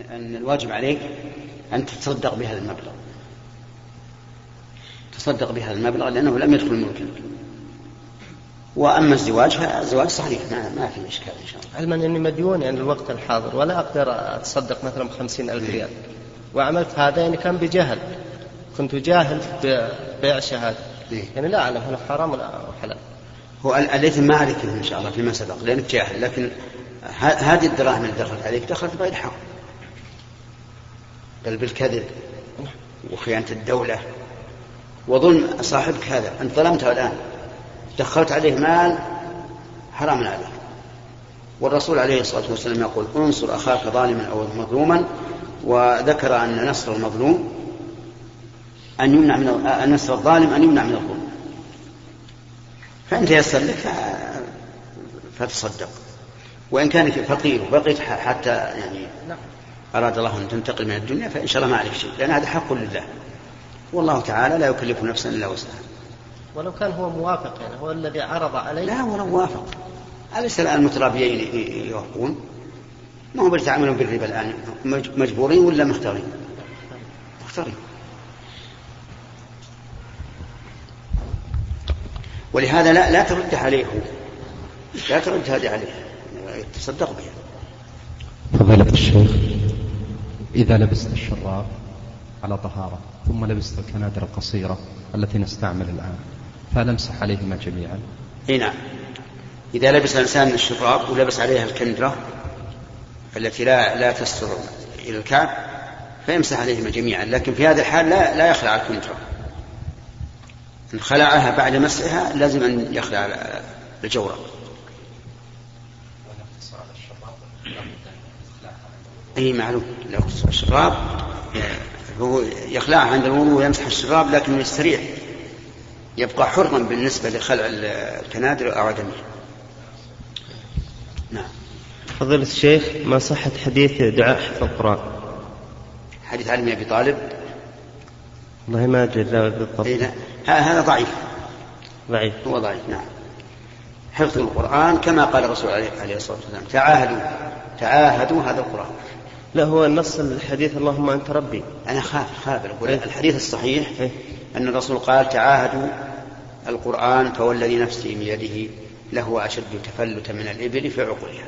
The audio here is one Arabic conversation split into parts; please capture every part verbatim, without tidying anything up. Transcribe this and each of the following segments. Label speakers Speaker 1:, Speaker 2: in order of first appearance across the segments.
Speaker 1: أن الواجب عليك أن تتصدق بهذا المبلغ، تصدق بهذا المبلغ لأنه لم يدخل ملكا. وأما الزواج فالزواج صحيح ما في إشكال إن شاء الله.
Speaker 2: علما أني مديون يعني الوقت الحاضر ولا أقدر أتصدق مثلا بخمسين ألف ريال، وعملت هذا يعني كان بجهل، كنت جاهل ببيع شهادة، يعني لا أعلم هل حرام ولا حلال.
Speaker 1: هو الإثم ما عليك إن شاء الله فيما سبق لأنك جاهل، لكن هذه الدراهم اللي دخلت عليك دخلت بغير حق، بل بالكذب وخيانة الدولة وظلم صاحبك. هذا أنت ظلمته الآن، دخلت عليه مال حرام عليك. والرسول عليه الصلاة والسلام يقول انصر أخاك ظالما أو مظلوما، وذكر أن نصر المظلوم أن يمنع من أن نصر الظالم أن يمنع من الظلم. فأنت يسر لك فتصدق، وإن كان فقير وبقيت حتى يعني أراد الله أن تنتقل من الدنيا فإن شاء الله ما عليك شيء، لأن هذا حق لله، والله تعالى لا يكلف نفسا إلا وسعها.
Speaker 2: ولو كان هو موافق يعني هو الذي عرض عليه.
Speaker 1: لا ولو موافق، أليس الآن المترابيين يوافقون؟ ما هو بيتعاملون بالربا الآن، مجبورين ولا مختارين؟ مختارين. ولهذا لا لا ترد عليه، لا ترد هذه عليه، تصدق بها.
Speaker 3: فضيلة الشيخ، إذا لبست الشراب على طهارة ثم لبست الكنادر القصيرة التي نستعمل الآن، فهل أمسح عليهما جميعا؟
Speaker 1: اي نعم، إذا لبس الإنسان الشراب ولبس عليها الكندرة التي لا لا تستر إلى الكعب فيمسح عليهما جميعا، لكن في هذا الحال لا لا يخلع الكندرة. إن خلعها بعد مسحها لازم أن يخلع الجورة. أي معلوم، لو الشراب هو يخلعها عند الوضوء ويمسح الشراب، لكن يستريح يبقى حرا بالنسبة لخلع الكنادر أو عدمه. نعم.
Speaker 2: فضيلة الشيخ، ما صحة حديث دعاء حفظ القرآن؟
Speaker 1: حديث علي بن أبي طالب؟
Speaker 2: والله ما أدري بالضبط.
Speaker 1: إيه هذا ضعيف.
Speaker 2: ضعيف.
Speaker 1: هو ضعيف نعم. حفظ القرآن كما قال الرسول عليه الصلاة والسلام تعاهدوا تعاهدوا هذا القرآن.
Speaker 2: لا هو النص الحديث اللهم أنت ربي.
Speaker 1: أنا خاف خاف أقول الحديث الصحيح أن الرسول قال تعاهدوا القرآن فوالذي نفسي بيده له أشد تفلتا من الإبل في عقولها.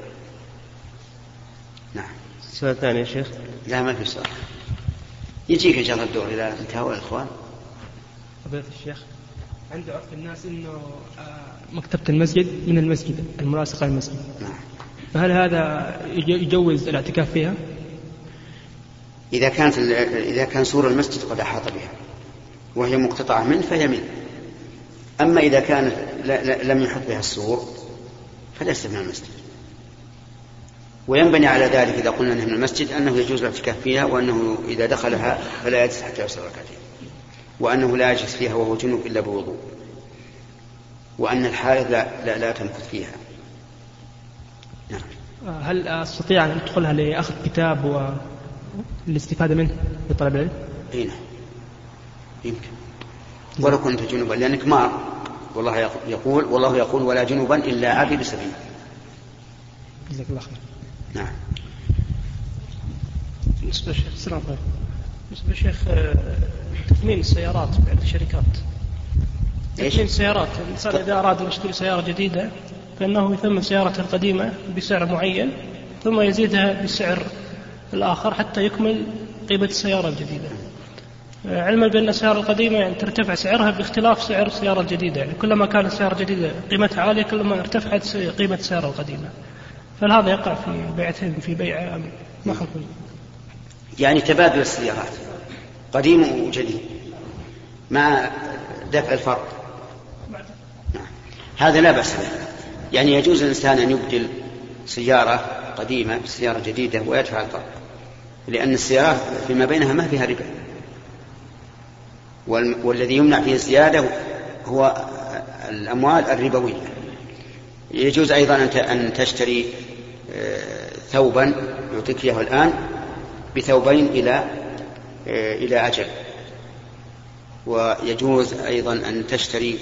Speaker 1: نعم.
Speaker 2: سؤال ثاني يا شيخ؟
Speaker 1: لا ما في سؤال، يجيك إن شاء الله الدور إلى انتهاء الإخوان.
Speaker 4: فضيلة الشيخ، عند عرف الناس إنه مكتبة المسجد من المسجد الملاصقة للمسجد،
Speaker 1: نعم،
Speaker 4: فهل هذا يجوز الاعتكاف فيها؟
Speaker 1: إذا كانت إذا كان سور المسجد قد أحاط بها وهي مقتطعة منه فهي منه. أما إذا كانت لم يحط بها السور فليس من المسجد. وينبني على ذلك إذا قلنا أنه من المسجد أنه يجوز الاعتكاف فيها، وأنه إذا دخلها فلا يجلس حتى يصلي ركعتين، وأنه لا يجلس فيها وهو جنوب إلا بوضوء، وأن الحائض لا, لا, لا تمكث فيها. نعم.
Speaker 4: هل أستطيع أن أدخلها لأخذ كتاب والاستفادة منه لطلب العلم؟
Speaker 1: إيه نعم يمكن، ولو كنت جنوبا، لأنك مار والله يقول والله يقول ولا جنوبا إلا عابر سبيل.
Speaker 4: جزاك الله خير.
Speaker 1: نعم.
Speaker 4: بالنسبة للشيخ السلام عليكم، بالنسبة للشيخ تثمين السيارات بعد الشركات، تثمين السيارات، الإنسان إذا أراد أن يشتري سيارة جديدة فإنه يثمن سيارته القديمة بسعر معين ثم يزيدها بسعر الآخر حتى يكمل قيمة السيارة الجديدة، علما بأن السيارة القديمة يعني ترتفع سعرها باختلاف سعر السيارة الجديدة، يعني كلما كانت السيارة الجديدة قيمتها عالية كلما ارتفعت قيمة السيارة القديمة. فهذا يقع في بيعتين في بيع ما حكم؟
Speaker 1: يعني تبادل السيارات قديم وجديد مع دفع الفرق. نعم. هذا لا بأس به، يعني يجوز الإنسان أن يبدل سيارة قديمة بسيارة جديدة ويدفع الفرق، لأن السيارات فيما بينها ما فيها ربا، والذي يمنع فيه الزيادة هو الأموال الربوية. يجوز أيضا أن تشتري ثوبا يعطيك إياه الآن بثوبين إلى إلى أجل، ويجوز أيضا أن تشتري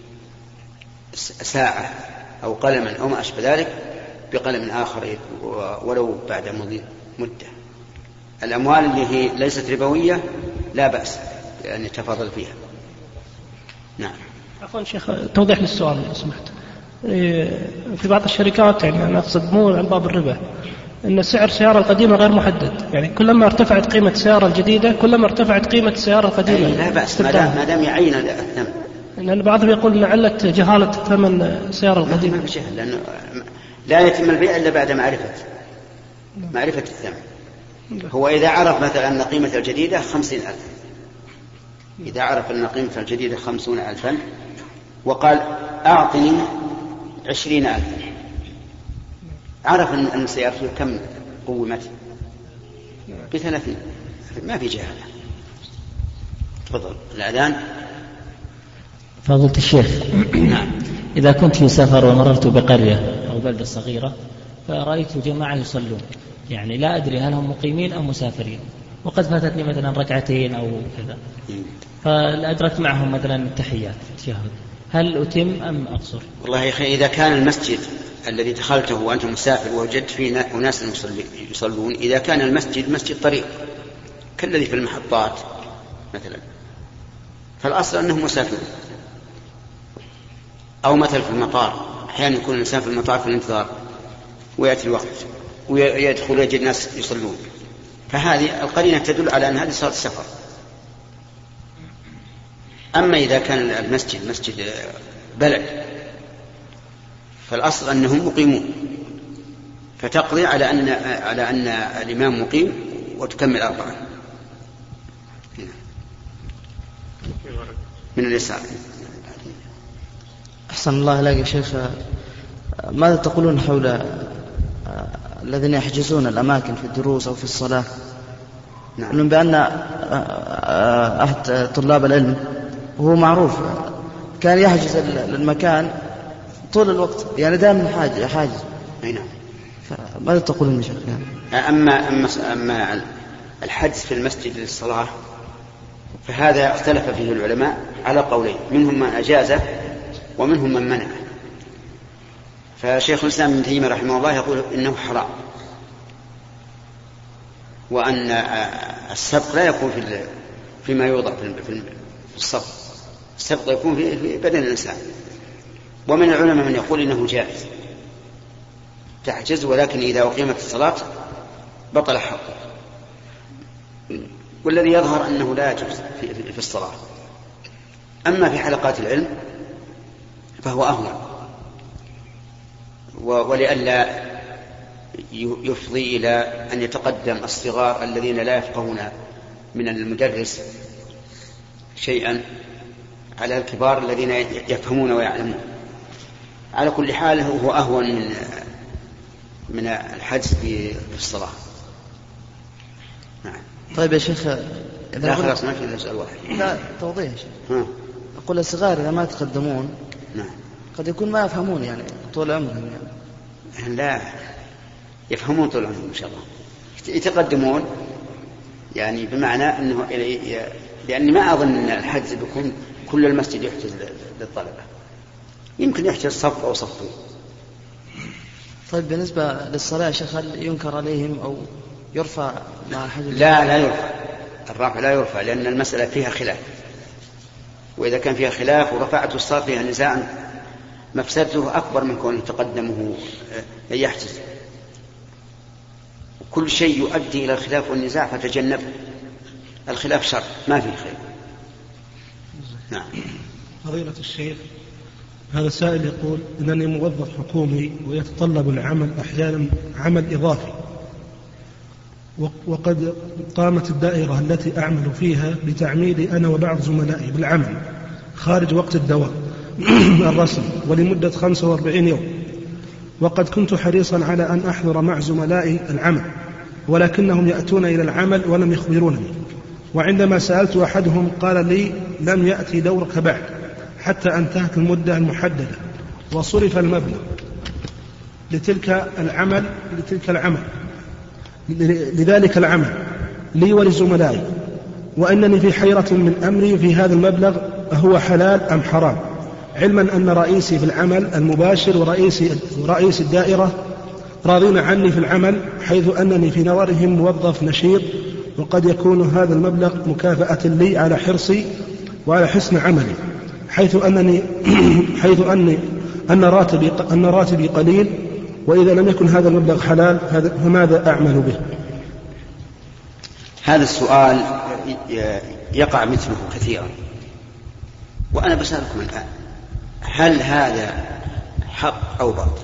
Speaker 1: ساعة أو قلما أو ما أشبه ذلك بقلم آخر ولو بعد مدة. الأموال اللي هي ليست ربوية لا بأس أن يتفاضل فيها. نعم.
Speaker 4: عفوا شيخ، توضيح للسؤال لو سمحت. في بعض الشركات يعني أنا أقصد مو عن باب الربا، أن سعر السيارة القديمة غير محدد، يعني كلما ارتفعت قيمة السيارة الجديدة كلما ارتفعت قيمة السيارة القديمة.
Speaker 1: لا بأس ما دام ما دام يعين الثمن.
Speaker 4: لأن بعضهم يقول أن علة جهالة ثمن السيارة القديمة.
Speaker 1: ما بجهل، لأنه لا يتم البيع إلا بعد معرفة معرفة الثمن. هو إذا عرف مثلا أن قيمة الجديدة خمسين ألف، إذا عرف أن قيمة الجديدة خمسون ألفا وقال أعطني عشرين ألفا، عرف أن سيارته كم قومت بثلاثين، ما في جهالة. تفضل الأذان.
Speaker 5: فضيلة الشيخ،
Speaker 1: نعم.
Speaker 5: إذا كنت في سفر ومررت بقرية أو بلدة صغيرة فرأيت جماعة يصلون، يعني لا أدري هل هم مقيمين أو مسافرين، وقد فاتتني مثلا ركعتين أو كذا، فأدركت معهم مثلا التحيات التشهد، هل أتم أم أقصر؟
Speaker 1: والله يا أخي، إذا كان المسجد الذي دخلته وأنت مسافر ووجدت فيه أناس يصلون، إذا كان المسجد مسجد طريق كالذي في المحطات مثلا، فالأصل أنهم مسافرون. أو مثل في المطار، أحيانا يكون الإنسان في المطار في الانتظار ويأتي الوقت ويدخل ويجد الناس يصلون، فهذه القرينة تدل على أن هذه صارت سفر. أما إذا كان المسجد مسجد بلد فالأصل أنهم مقيمون، فتقضي على أن على أن الإمام مقيم وتكمل أربعة من اليسار.
Speaker 6: أحسن الله إليك يا شيخ، ماذا تقولون حول الذين يحجزون الأماكن في الدروس أو في الصلاة؟ نعم. بأن أحد طلاب العلم وهو معروف كان يحجز المكان طول الوقت، يعني دائما حاجز حاجز.
Speaker 1: أي نعم.
Speaker 6: ماذا تقولون يا شيخ؟
Speaker 1: أما أما أما الحجز في المسجد للصلاة فهذا اختلف فيه العلماء على قولين، منهم من أجازه ومنهم من منعه. فشيخ الإسلام ابن تيمية رحمه الله يقول إنه حرام، وأن السبق لا يكون في فيما يوضع في الصف، السبق يكون في بدن الإنسان. ومن العلماء من يقول إنه جائز تحجز، ولكن إذا أقيمت الصلاة بطل حقه. والذي يظهر أنه لا يجوز في الصلاة. أما في حلقات العلم فهو أهون، ولئلا يفضي إلى أن يتقدم الصغار الذين لا يفقهون من المدرس شيئا على الكبار الذين يفهمون ويعلمون. على كل حال هو أهون من من الحجز في الصلاة. نعم.
Speaker 6: طيب يا شيخ،
Speaker 1: لا خلاص ما في إلا سؤال واحد.
Speaker 6: لا توضيح يا شيخ. أقول الصغار إذا ما تقدمون
Speaker 1: نعم
Speaker 6: قد يكون ما يفهمون يعني طول عمرهم
Speaker 1: يعني. لا يفهمون طول عمرهم إن شاء الله، يتقدمون يعني بمعنى أنه لأني ما أظن أن الحجز بيكون كل المسجد يحجز للطلبة، يمكن يحجز صف أو صفين.
Speaker 6: طيب بالنسبة للصلاة يا شيخ، هل ينكر عليهم أو يرفع مع حجز؟
Speaker 1: لا لا يرفع، الرفع لا يرفع، لأن المسألة فيها خلاف، وإذا كان فيها خلاف ورفعته الصلاة فيها نزاع مفسدته أكبر من كونه تقدمه يحجز. كل شيء يؤدي إلى الخلاف والنزاع فتجنب، الخلاف شر ما فيه خير. نعم.
Speaker 7: فضيلة الشيخ، هذا سائل يقول إنني موظف حكومي ويتطلب العمل أحيانا عمل إضافي، وقد قامت الدائرة التي أعمل فيها بتعميدي أنا وبعض زملائي بالعمل خارج وقت الدوام الرسمي ولمدة خمسة وأربعين يوم، وقد كنت حريصا على أن أحضر مع زملائي العمل، ولكنهم يأتون إلى العمل ولم يخبرونني، وعندما سألت أحدهم قال لي لم يأتي دورك بعد حتى انتهت المدة المحددة وصرف المبلغ لتلك العمل لتلك العمل لذلك العمل لي ولزملائي، وأنني في حيرة من أمري في هذا المبلغ هو حلال أم حرام، علما أن رئيسي في العمل المباشر ورئيس ورئيس الدائرة راضين عني في العمل، حيث أنني في نظرهم موظف نشيط، وقد يكون هذا المبلغ مكافأة لي على حرصي وعلى حسن عملي، حيث أنني حيث أني أن راتبي أن راتبي قليل، وإذا لم يكن هذا المبلغ حلال فماذا أعمل به؟
Speaker 1: هذا السؤال يقع مثله كثيرا، وأنا بسألكم الآن: هل هذا حق أو باطل؟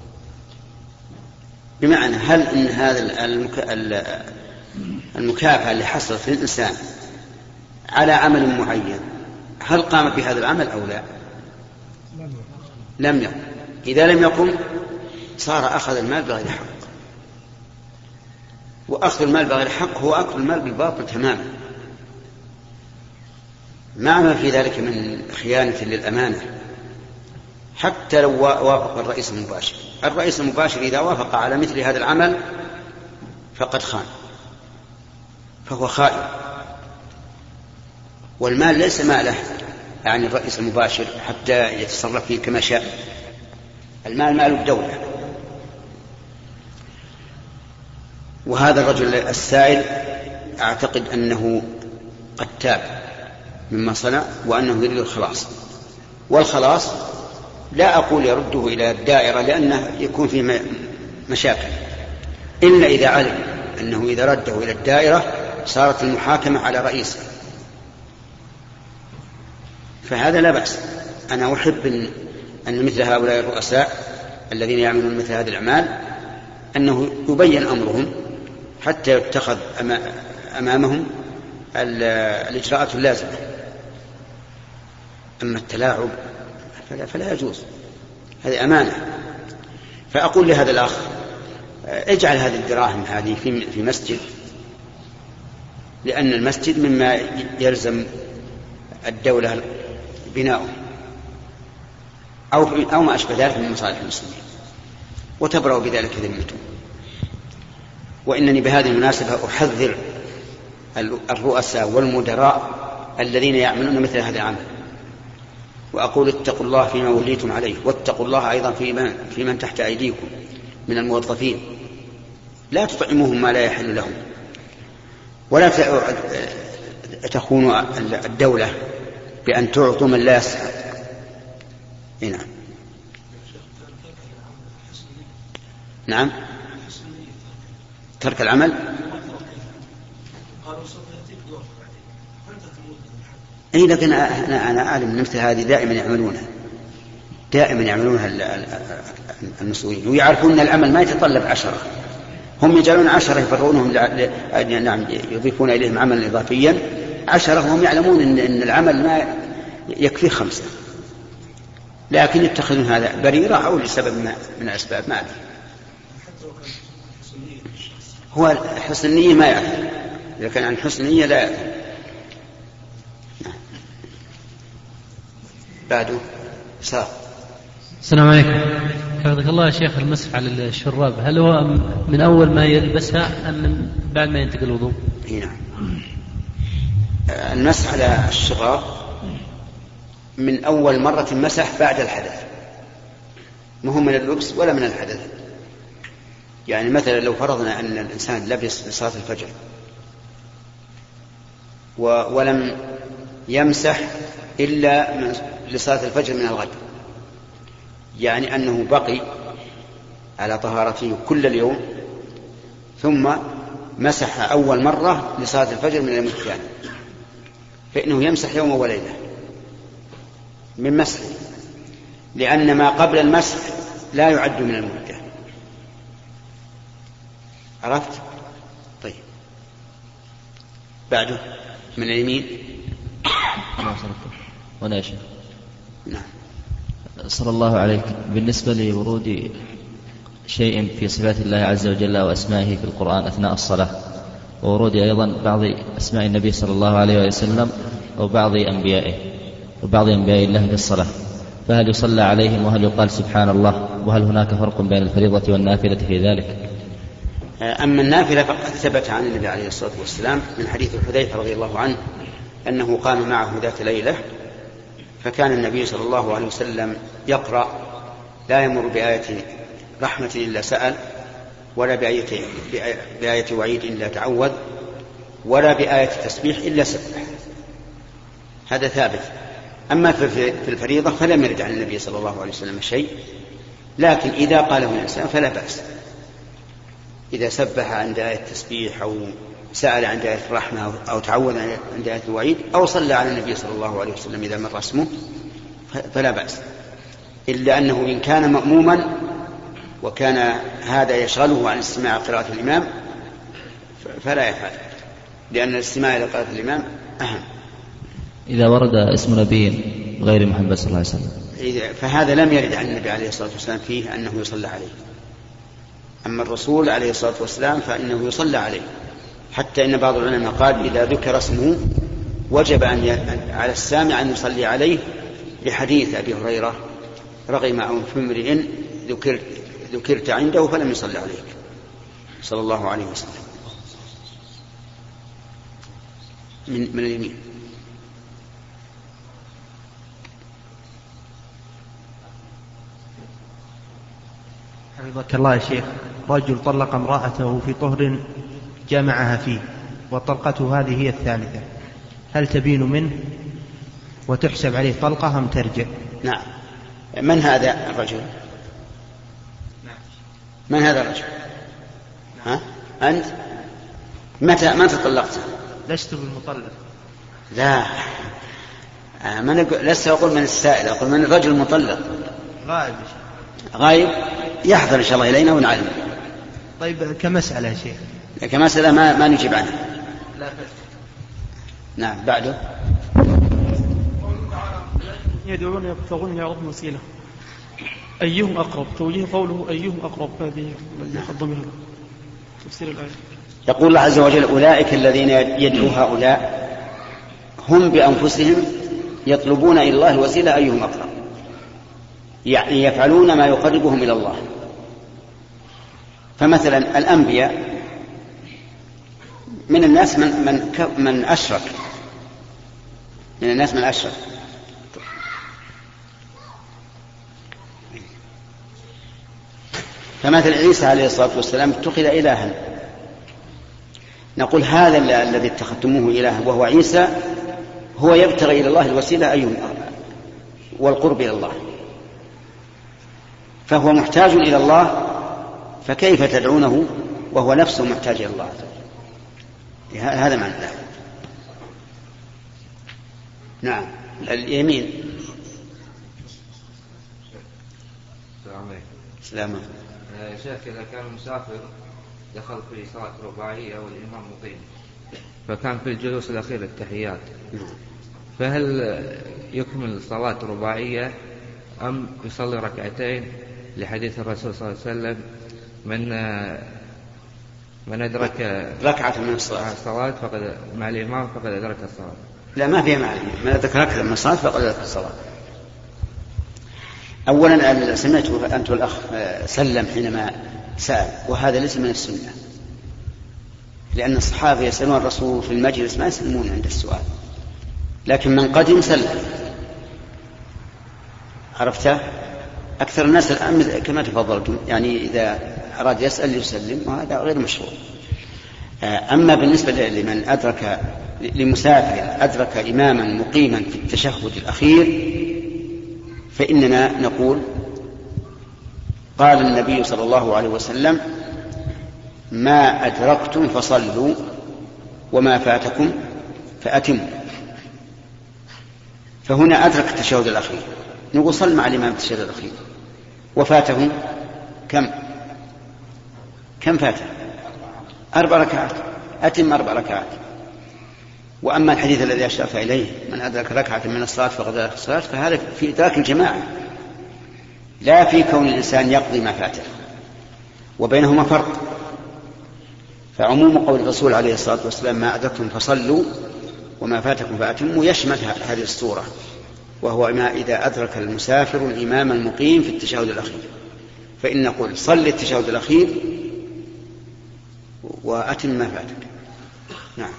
Speaker 1: بمعنى هل إن هذا المكافأة اللي حصلت للإنسان على عمل معين هل قام بهذا العمل أو لا؟ لم يقم. إذا لم يقم صار أخذ المال بغير حق، وأخذ المال بغير حق هو أخذ المال بالباطل تماما، مع ما في ذلك من خيانة للأمانة. حتى لو وافق الرئيس المباشر، الرئيس المباشر إذا وافق على مثل هذا العمل فقد خان، فهو خائن، والمال ليس ماله يعني الرئيس المباشر حتى يتصرف فيه كما شاء، المال مال الدولة. وهذا الرجل السائل أعتقد أنه قد تاب مما صنع، وأنه يريد الخلاص، والخلاص لا أقول يرده إلى الدائرة لأنه يكون فيه مشاكل، إلا إذا علم أنه إذا رده إلى الدائرة صارت المحاكمة على رئيسه، فهذا لا بأس. أنا أحب أن, أن مثل هؤلاء الرؤساء الذين يعملون مثل هذه الأعمال أنه يبين أمرهم حتى يتخذ أمامهم الإجراءات اللازمة. أما التلاعب فلا, فلا يجوز، هذه أمانة. فأقول لهذا الأخ: اجعل هذه الدراهم هذه في مسجد، لأن المسجد مما يلزم الدولة بناؤه، أو, أو ما أشبه ذلك من مصالح المسلمين، وتبرأ بذلك ذمته. وإنني بهذه المناسبة أحذر الرؤساء والمدراء الذين يعملون مثل هذا العمل، وأقول: اتقوا الله فيما وليتم عليه، واتقوا الله أيضا في من تحت أيديكم من الموظفين، لا تطعموهم ما لا يحل لهم، ولا تخونوا الدولة بأن تعطوا من لا يستحق. نعم نعم ترك العمل. أي لكن أنا, أنا أعلم أن مثل هذه دائما يعملونها دائما يعملونها المسؤولين، ويعرفون أن العمل ما يتطلب عشرة، هم يجعلون عشرة يفرغونهم نعم يضيفون إليهم عملا إضافيا عشرة، وهم يعلمون أن العمل ما يكفي خمسة، لكن يتخذون هذا بريرة أو لسبب من الأسباب ما أعرف. هو حسن النية ما يعرف، إذا كان عن حسن النية لا يعرف. بعده صار.
Speaker 8: السلام عليكم. حفظك الله يا شيخ، المسح على الشراب هل هو من أول ما يلبسها أم من بعد ما ينتقل الوضوء؟
Speaker 1: نعم، المسح على الشراب من أول مرة مسح بعد الحدث، مهم من اللبس ولا من الحدث. يعني مثلا لو فرضنا أن الإنسان لبس لصلاة الفجر ولم يمسح إلا لصلاة الفجر من الغد، يعني أنه بقي على طهارته كل اليوم ثم مسح أول مرة لصلاة الفجر من اليوم الثاني، فإنه يمسح يوم وليلة من مسح، لأن ما قبل المسح لا يعد من المدة. عرفت؟ طيب بعده من اليمين.
Speaker 9: وأنا شيخ.
Speaker 1: نعم.
Speaker 9: صلى الله عليك. بالنسبة لورود شيء في صفات الله عز وجل وأسمائه في القرآن أثناء الصلاة، وورود أيضا بعض أسماء النبي صلى الله عليه وسلم وبعض أنبيائه وبعض أنبياء الله في الصلاة، فهل يصلى عليهم وهل يقال سبحان الله؟ وهل هناك فرق بين الفريضة والنافلة في ذلك؟
Speaker 1: أما النافلة فقد ثبت عن النبي عليه الصلاة والسلام من حديث حذيفة رضي الله عنه أنه قام معه ذات ليلة، فكان النبي صلى الله عليه وسلم يقرأ لا يمر بآية رحمة إلا سأل ولا بآية, بآية وعيد إلا تعوذ، ولا بآية تسبيح إلا سبح. هذا ثابت. أما في الفريضة فلم يرد عن النبي صلى الله عليه وسلم شيء، لكن إذا قاله الإنسان فلا بأس. إذا سبح عند آية التسبيح أو سأل عند آية الرحمة أو تعوذ عند آية الوعيد أو صلى على النبي صلى الله عليه وسلم إذا مر اسمه فلا بأس، إلا أنه إن كان مأموما وكان هذا يشغله عن استماع قراءة الإمام فلا يفعل، لأن الاستماع إلى قراءة الإمام أهم.
Speaker 9: إذا ورد اسم نبي غير محمد صلى الله عليه وسلم
Speaker 1: فهذا لم يرد عن النبي عليه الصلاة والسلام فيه أنه يصلى عليه. أما الرسول عليه الصلاة والسلام فإنه يصلى عليه، حتى إن بعض العلماء قال إذا ذكر اسمه وجب أن ي... على السامع أن يصلي عليه، لحديث أبي هريرة رغم أنف امرئ ذكرت ذكرت عنده فلم يصلي عليك صلى الله عليه وسلم. من, من اليمين.
Speaker 10: حفظك الله يا شيخ. رجل طلق امرأته في طهر جمعها فيه وطلقته هذه هي الثالثة، هل تبين منه وتحسب عليه طلقة أم ترجع؟
Speaker 1: نعم. من هذا الرجل؟ من هذا الرجل؟ ها؟ أنت؟ متى متى طلقت؟
Speaker 10: لست بالمطلق.
Speaker 1: لا، من أقول... لست أقول من السائل، أقول من الرجل المطلق.
Speaker 10: غائب.
Speaker 1: غايب يحضر إن شاء الله إلينا ونعلم.
Speaker 10: طيب كمسألة يا شيخ.
Speaker 1: كمسألة ما ما نجيب عنها.
Speaker 10: لا بس.
Speaker 1: نعم. بعده
Speaker 11: يدعون يبتغون إلى ربهم وسيلة، أيهم أقرب؟ توجيه قوله أيهم أقرب هذه يقدمها تفسير الآية.
Speaker 1: يقول الله عز وجل أولئك الذين يدعو هؤلاء هم بأنفسهم يطلبون إلى الله الوسيلة أيهم أقرب، يعني يفعلون ما يقربهم إلى الله. فمثلا الأنبياء من الناس من, من, من أشرك من الناس من أشرك فمثل عيسى عليه الصلاة والسلام اتخذ إلها، نقول هذا الذي اتخذتموه إلها وهو عيسى هو يبتغي إلى الله الوسيلة أيهم والقرب إلى الله، فهو محتاج إلى الله، فكيف تدعونه وهو نفسه محتاج إلى الله؟ هذا معنى الله. نعم. اليمين.
Speaker 12: السلام عليكم. يا شيخ، إذا كان مسافر دخل في صلاة رباعية والإمام مقيم فكان في الجلوس الأخير التحيات، فهل يكمل صلاة رباعية أم يصلي ركعتين لحديث الرسول صلى الله عليه وسلم من من أدرك
Speaker 1: ركعة من الصلاة
Speaker 12: فقد مع الإمام فقد أدرك الصلاة؟
Speaker 1: لا، ما فيها مع الإمام. من أدرك ركعة من الصلاة فقد أدرك الصلاة. أولا سمعت أنت والأخ سلم حينما سأل، وهذا ليس من السنة، لأن الصحابة يسألون الرسول في المجلس ما يسلمون عند السؤال، لكن من قدم سلم. عرفت؟ أكثر الناس الآن كما تفضلتم، يعني إذا أراد يسأل يسلم، وهذا غير مشروع. أما بالنسبة لمن أدرك لمسافر أدرك إماما مقيما في التشهد الأخير فإننا نقول قال النبي صلى الله عليه وسلم ما أدركتم فصلوا وما فاتكم فأتموا. فهنا أدرك التشهد الأخير، نقول صل مع الإمام التشهد الأخير، وفاته كم كم فاته؟ أربع ركعات، أتم أربع ركعات. وأما الحديث الذي أشرف إليه من أدرك ركعة من الصلاة فقد أدرك الصلاة، فهذا في إدراك الجماعة، لا في كون الإنسان يقضي ما فاته، وبينهما فرق. فعموم قول الرسول عليه الصلاة والسلام ما أدركتم فصلوا وما فاتكم فأتموا يشمل هذه الصورة، وهو ما إذا أدرك المسافر الإمام المقيم في التشهد الأخير، فإن نقول صل التشهد الأخير وأتم ما فاتك. نعم.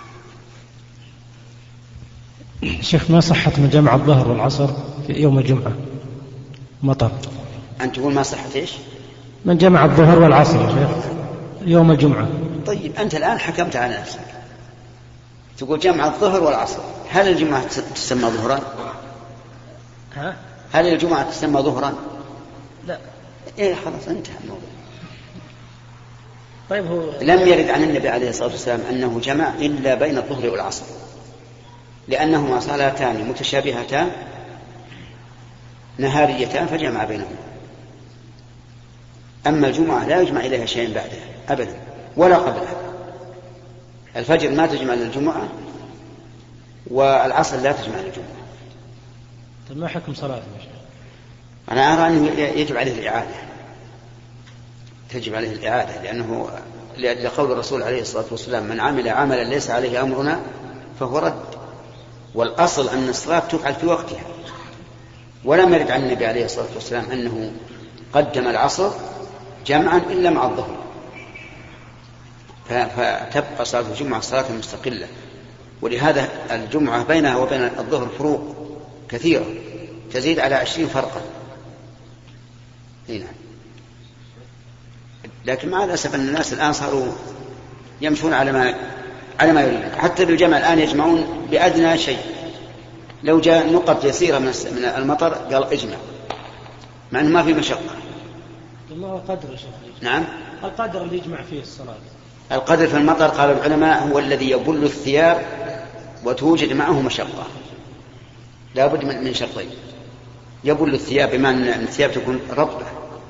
Speaker 13: شيخ، ما صحة من جمع الظهر والعصر في يوم الجمعة مطر؟
Speaker 1: أنت تقول ما صحة إيش؟
Speaker 13: من جمع الظهر والعصر يا شيخ يوم الجمعة.
Speaker 1: طيب أنت الآن حكمت على نفسك، تقول جمع الظهر والعصر، هل الجمعة تسمى ظهرا؟
Speaker 4: ها؟
Speaker 1: هل الجمعة تسمى ظهرا؟
Speaker 4: لا.
Speaker 1: إيه خلاص انتهى الموضوع.
Speaker 4: طيب هو
Speaker 1: لم يرد عن النبي عليه الصلاة والسلام أنه جمع إلا بين الظهر والعصر، لأنهما صلاتان متشابهتان نهاريتان فجمع بينهما. أما الجمعة لا يجمع إليها شيء بعدها أبدا ولا قبلها. الفجر ما تجمع للجمعة والعصر لا تجمع للجمعة.
Speaker 4: طيب ما حكم صلاة يا شيخ؟
Speaker 1: أنا أرى أنه يجب عليه الإعادة، تجب عليه الإعادة، لأنه لقول الرسول عليه الصلاة والسلام من عمل عملا ليس عليه أمرنا فهو رد. والأصل أن الصلاة تفعل في وقتها، ولم يرد عن النبي عليه الصلاة والسلام أنه قدم العصر جمعا إلا مع الظهر، فتبقى صلاة الجمعة صلاة مستقلة. ولهذا الجمعة بينها وبين الظهر فروق كثيرة تزيد على عشرين فرقا. هنا لكن مع الأسف أن الناس الآن صاروا يمشون على ما على ما يريد. حتى بالجمع الآن يجمعون بأدنى شيء، لو جاء نقط يسيرة من المطر قال اجمع، مع أنه ما في مشقة.
Speaker 4: ما هو القدر يا شيخ؟
Speaker 1: نعم،
Speaker 4: القدر اللي يجمع فيه الصلاة.
Speaker 1: القدر في المطر قال العلماء هو الذي يبل الثياب وتوجد معه مشقة، لا بد من شرطين: يبل الثياب بمعنى أن الثياب تكون رطبة،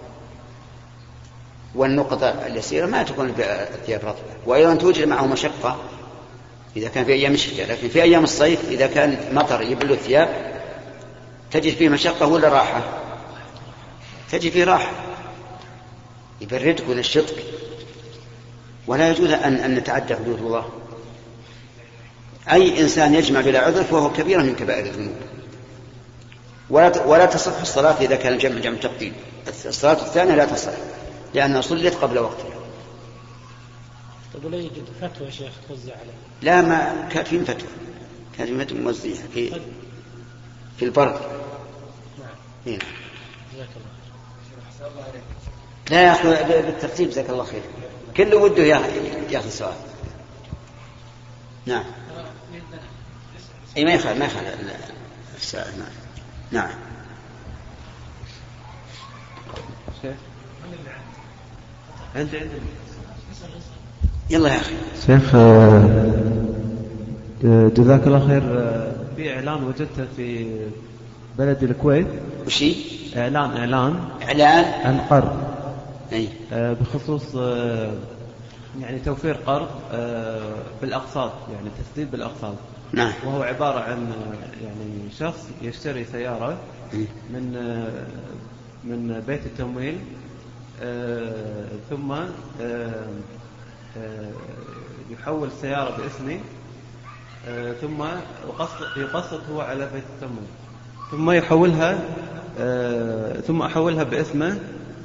Speaker 1: والنقطة اليسيرة ما تكون الثياب رطبة، وأيضا توجد معه مشقة إذا كان في أيام الشتاء. لكن في أيام الصيف إذا كان مطر يبل الثياب تجد فيه مشقة ولا راحة؟ تجد فيه راحة، يبردك وينشطك. ولا يجوز أن, أن نتعدى حدود الله. أي إنسان يجمع بلا عذر فهو كبير من كبائر الذنوب. ولا ولا تصح الصلاة إذا كان الجمع جمع تقديم. الصلاة الثانية لا تصح لأنها صلت قبل وقتها.
Speaker 4: تقول لي يوجد فتوى يا شيخ توزع عليه؟
Speaker 1: لا، ما كانت في فتوى، كانت في فتوى موزعة في في البرد.
Speaker 4: نعم.
Speaker 1: هنا.
Speaker 4: جزاك الله.
Speaker 1: لا يا أخي بالترتيب جزاك الله خير، كل وده ياخذ سؤال. نعم. اي ما يخالف ما يخالف السؤال. نعم.
Speaker 10: عند عند
Speaker 1: يلا يا اخي.
Speaker 10: شيخ جزاك الله خير، في اعلان وجدته في بلد الكويت.
Speaker 1: وشي؟
Speaker 10: اعلان اعلان
Speaker 1: اعلان
Speaker 10: عن قرض،
Speaker 1: اي
Speaker 10: بخصوص يعني توفير قرض بالاقساط، يعني تسديد بالاقساط.
Speaker 1: نعم.
Speaker 10: وهو عبارة عن يعني شخص يشتري سيارة من من بيت التمويل، ثم يحول السيارة باسمه، ثم يقسط هو على بيت التمويل، ثم يحولها ثم أحولها باسمه،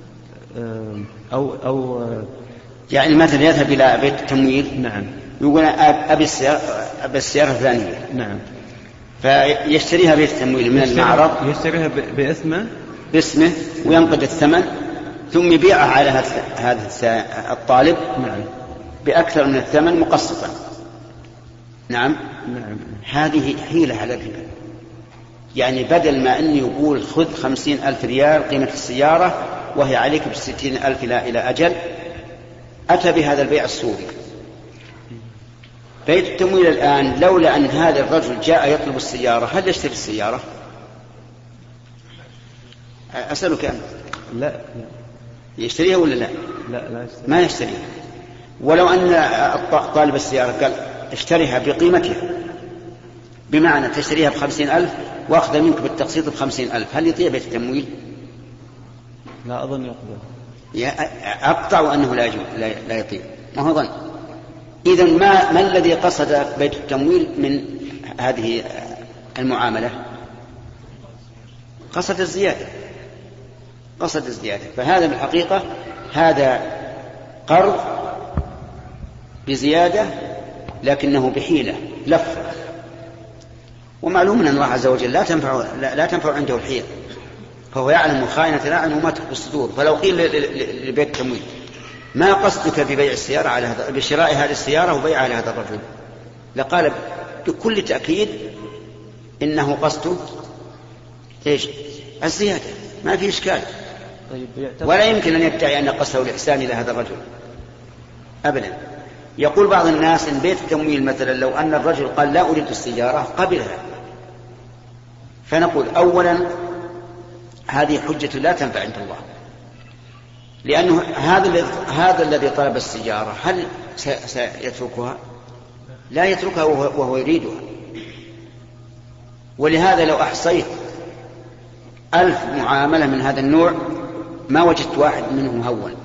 Speaker 10: أو أو
Speaker 1: يعني مثلا يذهب إلى بيت التمويل.
Speaker 10: نعم.
Speaker 1: يقول أبي السيارة أبي السيارة الفلانية.
Speaker 10: نعم.
Speaker 1: فيشتريها بيت التمويل من المعرض،
Speaker 10: يشتريها باسمه
Speaker 1: باسمه وينقذ الثمن، ثم يبيعها على هذا الطالب.
Speaker 10: نعم.
Speaker 1: بأكثر من الثمن مقسطا. نعم.
Speaker 10: نعم.
Speaker 1: هذه حيلة على الربا. يعني بدل ما أن يقول خذ خمسين ألف ريال قيمة السيارة وهي عليك بستين ألف إلى أجل، أتى بهذا البيع السوري. بيت التمويل الآن لولا أن هذا الرجل جاء يطلب السيارة هل يشتري السيارة؟ أسألك أنت.
Speaker 10: لا.
Speaker 1: يشتريها ولا لا؟
Speaker 10: لا لا يشتري.
Speaker 1: ما يشتريها. ولو أن طالب السيارة قال اشتريها بقيمتها، بمعنى تشتريها بخمسين ألف وأخذ منك بالتقسيط بخمسين ألف، هل يطيع بيت التمويل؟
Speaker 10: لا أظن يقبل.
Speaker 1: أقطع أنه لا لا يطيع، ما هو ظن. إذن ما ما الذي قصد بيت التمويل من هذه المعاملة؟ قصد الزيادة، قصد الزيادة. فهذا بالحقيقة هذا قرض بزيادة لكنه بحيلة لفة. ومعلوم أن الله عز وجل لا تنفع لا, لا تنفع عنده الحيل، فهو يعلم خائنة الأعين وما تخفي الصدور. فلو قيل لبيت التمويل ما قصدك ببيع السيارة على هذا بشراء هذه السيارة وبيعها على هذا الرجل؟ لقال بكل تأكيد إنه قصده إيش؟ الزيادة، ما في إشكال. ولا يمكن أن يدعي أن قصده الإحسان إلى هذا الرجل أبدا. يقول بعض الناس إن بيت التمويل مثلا لو أن الرجل قال لا أريد السيارة قبلها، فنقول أولا هذه حجة لا تنفع عند الله، لأنه هذا هذا الذي طلب السيارة هل سيتركها؟ لا يتركها وهو يريدها. ولهذا لو أحصيت ألف معاملة من هذا النوع ما وجدت واحد منهم هون.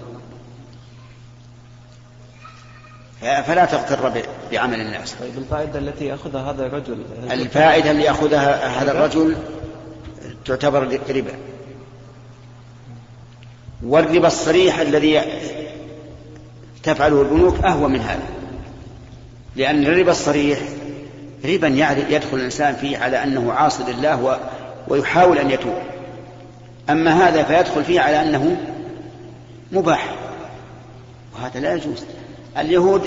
Speaker 1: فلا تغتر بعمل الناس.
Speaker 14: طيب الفائدة التي يأخذها هذا الرجل،
Speaker 1: الفائدة اللي يأخذها هذا الرجل تعتبر ربا، والربا الصريح الذي تفعله البنوك أهوى من هذا، لأن الربا الصريح ربا يدخل الإنسان فيه على أنه عاصي لله ويحاول أن يتوب، أما هذا فيدخل فيه على أنه مباح، وهذا لا يجوز. اليهود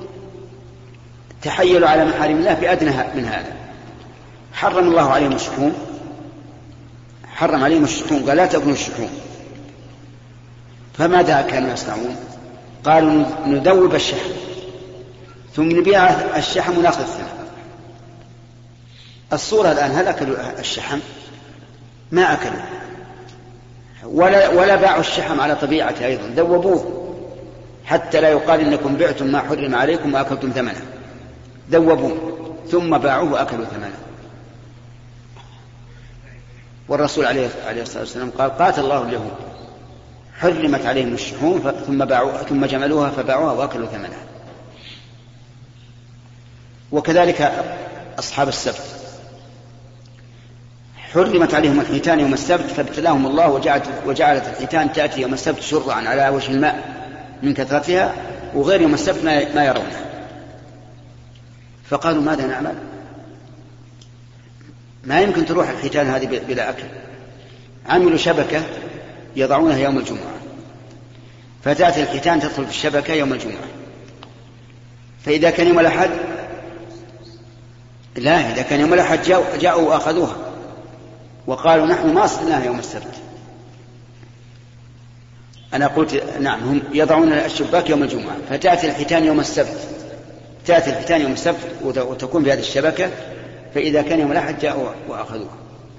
Speaker 1: تحيلوا على محارم الله بأدنى من هذا. حرم الله عليهم الشحوم، حرم عليهم الشحوم، قال لا تأكلوا الشحوم. فماذا كانوا يصنعون؟ قالوا نذوب الشحم ثم نبيع الشحم ونأخذ الثمن. الصورة الآن هل أكلوا الشحم؟ ما أكلوا، ولا, ولا باعوا الشحم على طبيعته أيضا، ذوبوه حتى لا يقال إنكم بعتم ما حرم عليكم وأكلتم ثمنه، ذوبوه ثم باعوه وأكلوا ثمنه. والرسول عليه الصلاة والسلام قال قاتل الله اليهود حرمت عليهم الشحوم ثم باعوا ثم جملوها فباعوها وأكلوا ثمنها. وكذلك أصحاب السبت حرمت عليهم الحيتان يوم السبت فابتلاهم الله وجعلت, وجعلت الحيتان تأتي يوم السبت شرعا على وجه الماء من كثرتها، وغير يوم السبت ما يرونها. فقالوا ماذا نعمل؟ ما يمكن تروح الحيتان هذه بلا أكل. عملوا شبكة يضعونها يوم الجمعة، فتأتي الحيتان تدخل في الشبكة يوم الجمعة، فإذا كان يوم الأحد لا إذا كان يوم الأحد جاءوا, جاءوا وأخذوها وقالوا نحن ما صلناها يوم السبت. أنا قلت نعم هم يضعون الشباك يوم الجمعة، فتأتي الحيتان يوم السبت، تأتي الحيتان يوم السبت وتكون في هذه الشبكة، فإذا كان يوم الأحد جاءوا وأخذوها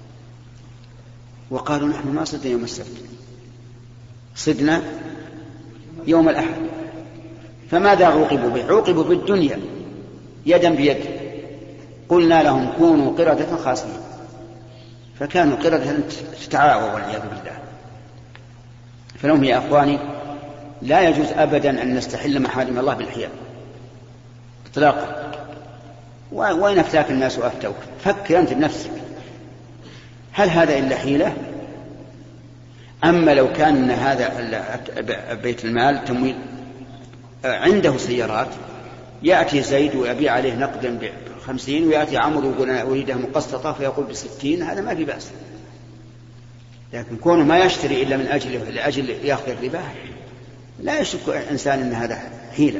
Speaker 1: وقالوا نحن ما صدنا يوم السبت، صدنا يوم الأحد. فماذا عوقبوا به؟ عوقبوا بالدنيا يدا بيد. قلنا لهم كونوا قردة خاسئين، فكانوا قردة تتعاوى والعياذ بالله. فلهم يا أخواني لا يجوز أبدا أن نستحل محارم الله بالحياء اطلاقا. وين افتاك الناس وأفتوك؟ فكر أنت بنفسك، هل هذا إلا حيلة؟ أما لو كان هذا بيت المال تمويل عنده سيارات، يأتي زيد ويبيع عليه نقدا بخمسين ويأتي عمرو ويقول أنا أريدها مقسطة فيقول بستين، هذا ما في بأس. لكن كونه ما يشتري إلا من أجل لأجل يأخذ الربا لا يشك إنسان أن هذا حيلة.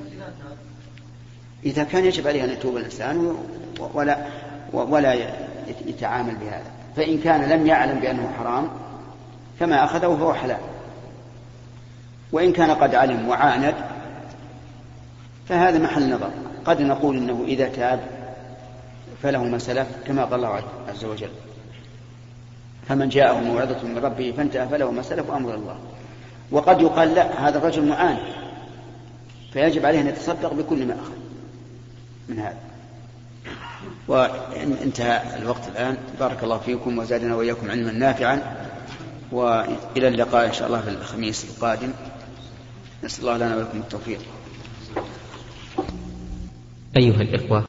Speaker 1: إذا كان يجب عليه أن يتوب الإنسان ولا ولا يتعامل بهذا. فإن كان لم يعلم بأنه حرام فما أخذه فهو حلال، وإن كان قد علم وعاند فهذا محل نظر. قد نقول إنه إذا تاب فله ما سلف كما قال الله عز وجل فمن جاءه موعظة من ربه فانتهى فله ما سلف وأمر الله. وقد يقال لا هذا الرجل معاند فيجب عليه أن يتصدق بكل ما أخذ من هذا. وانتهى الوقت الآن. بارك الله فيكم وزادنا وإياكم علما نافعا، وإلى اللقاء إن شاء الله في الخميس القادم. نسأل الله لنا ولكم التوفيق.
Speaker 15: أيها الإخوة